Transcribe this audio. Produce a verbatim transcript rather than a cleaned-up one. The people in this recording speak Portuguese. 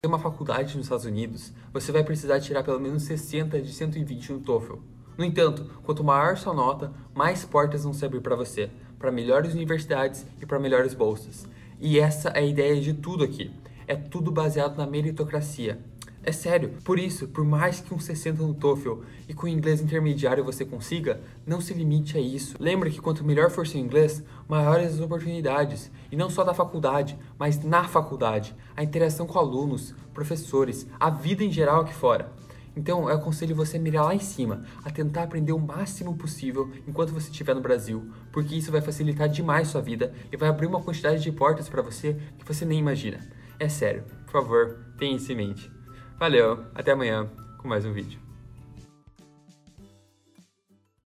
Em uma faculdade nos Estados Unidos, você vai precisar tirar pelo menos sessenta de cento e vinte no TOEFL. No entanto, quanto maior sua nota, mais portas vão se abrir para você, para melhores universidades e para melhores bolsas. E essa é a ideia de tudo aqui. É tudo baseado na meritocracia. É sério, por isso, por mais que um sessenta no TOEFL e com inglês intermediário você consiga, não se limite a isso. Lembre que quanto melhor for seu inglês, maiores as oportunidades. E não só da faculdade, mas na faculdade. A interação com alunos, professores, a vida em geral aqui fora. Então, eu aconselho você a mirar lá em cima, a tentar aprender o máximo possível enquanto você estiver no Brasil, porque isso vai facilitar demais sua vida e vai abrir uma quantidade de portas para você que você nem imagina. É sério, por favor, tenha isso em mente. Valeu, até amanhã com mais um vídeo.